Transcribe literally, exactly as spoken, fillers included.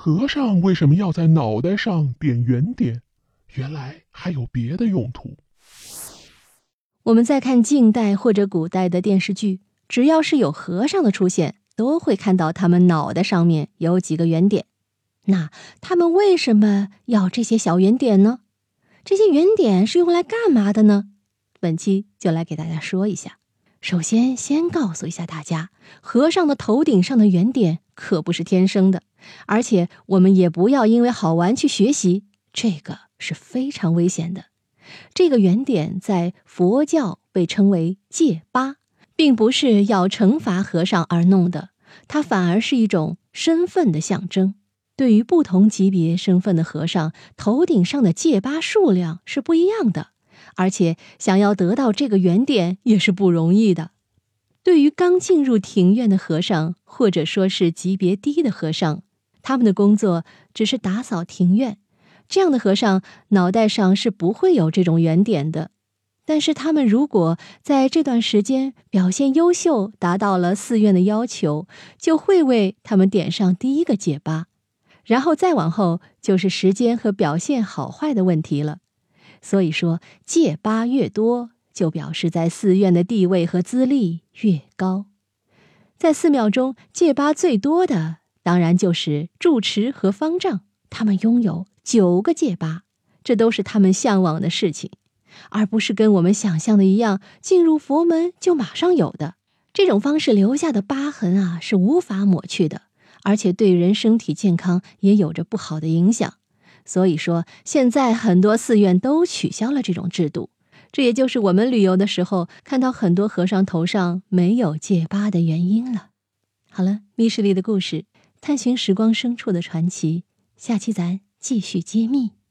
和尚为什么要在脑袋上点圆点？原来还有别的用途。 我们在看近代或者古代的电视剧，只要是有和尚的出现，都会看到他们脑袋上面有几个圆点。那他们为什么要这些小圆点呢？这些圆点是用来干嘛的呢？本期就来给大家说一下。首先，先告诉一下大家，和尚的头顶上的圆点可不是天生的，而且我们也不要因为好玩去学习，这个是非常危险的。这个圆点在佛教被称为戒疤，并不是要惩罚和尚而弄的，它反而是一种身份的象征。对于不同级别身份的和尚，头顶上的戒疤数量是不一样的，而且想要得到这个圆点也是不容易的。对于刚进入庭院的和尚，或者说是级别低的和尚，他们的工作只是打扫庭院，这样的和尚脑袋上是不会有这种圆点的。但是他们如果在这段时间表现优秀，达到了寺院的要求，就会为他们点上第一个戒疤，然后再往后就是时间和表现好坏的问题了。所以说，戒疤越多，就表示在寺院的地位和资历越高。在寺庙中，戒疤最多的当然就是住持和方丈，他们拥有九个戒疤，这都是他们向往的事情，而不是跟我们想象的一样，进入佛门就马上有的。这种方式留下的疤痕啊，是无法抹去的，而且对人身体健康也有着不好的影响。所以说，现在很多寺院都取消了这种制度，这也就是我们旅游的时候看到很多和尚头上没有戒疤的原因了。好了，密室里的故事，探寻时光深处的传奇，下期咱继续揭秘。